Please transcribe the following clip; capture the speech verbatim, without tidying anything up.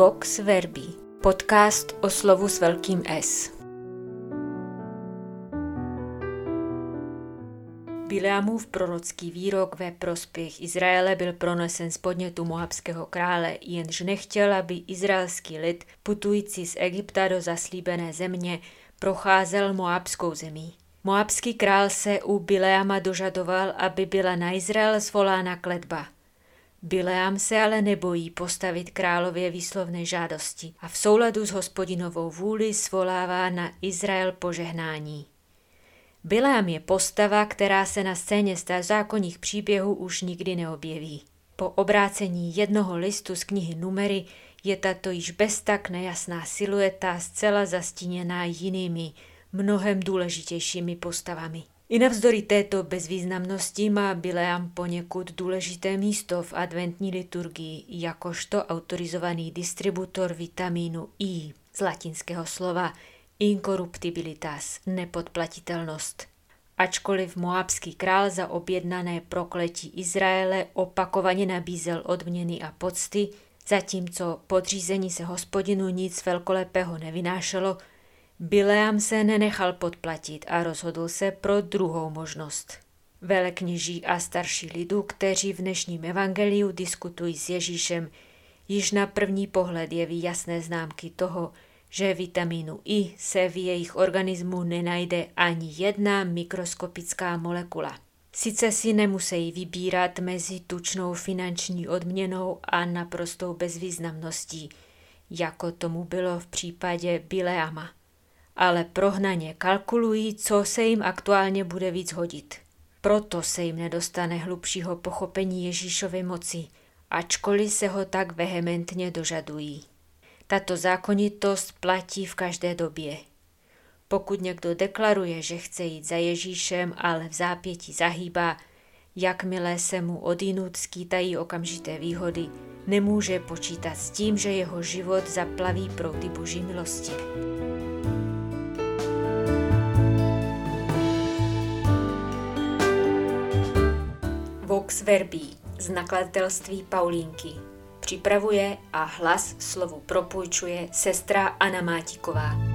Vox Verbi, podcast o slovu s velkým S. Bileamův prorocký výrok ve prospěch Izraele byl pronesen z podnětu moabského krále, jenž nechtěl, aby izraelský lid, putující z Egypta do zaslíbené země, procházel moabskou zemí. Moabský král se u Bileama dožadoval, aby byla na Izrael svolána kletba. Bileam se ale nebojí postavit králově výslovné žádosti a v souladu s Hospodinovou vůli svolává na Izrael požehnání. Bileam je postava, která se na scéně starozákonních příběhů už nikdy neobjeví. Po obrácení jednoho listu z knihy Numery je tato již bez tak nejasná silueta zcela zastíněná jinými, mnohem důležitějšími postavami. I navzdory této bezvýznamnosti má Bileam poněkud důležité místo v adventní liturgii jakožto autorizovaný distributor vitamínu I z latinského slova incorruptibilitas, nepodplatitelnost. Ačkoliv moabský král za objednané prokletí Izraele opakovaně nabízel odměny a pocty, zatímco podřízení se Hospodinu nic velkolepého nevynášelo, Bileam se nenechal podplatit a rozhodl se pro druhou možnost. Velekněží a starší lidu, kteří v dnešním evangeliu diskutují s Ježíšem, již na první pohled jeví jasné známky toho, že vitamínu I se v jejich organismu nenajde ani jedna mikroskopická molekula. Sice si nemusí vybírat mezi tučnou finanční odměnou a naprostou bezvýznamností, jako tomu bylo v případě Bileama, ale prohnaně kalkulují, co se jim aktuálně bude víc hodit. Proto se jim nedostane hlubšího pochopení Ježíšovy moci, ačkoliv se ho tak vehementně dožadují. Tato zákonitost platí v každé době. Pokud někdo deklaruje, že chce jít za Ježíšem, ale v zápětí zahýbá, jakmile se mu odjinud skýtají okamžité výhody, nemůže počítat s tím, že jeho život zaplaví proudy Boží milosti. Vox Verbi z nakladatelství Paulínky. Připravuje a hlas slovu propůjčuje sestra Anna Mátíková.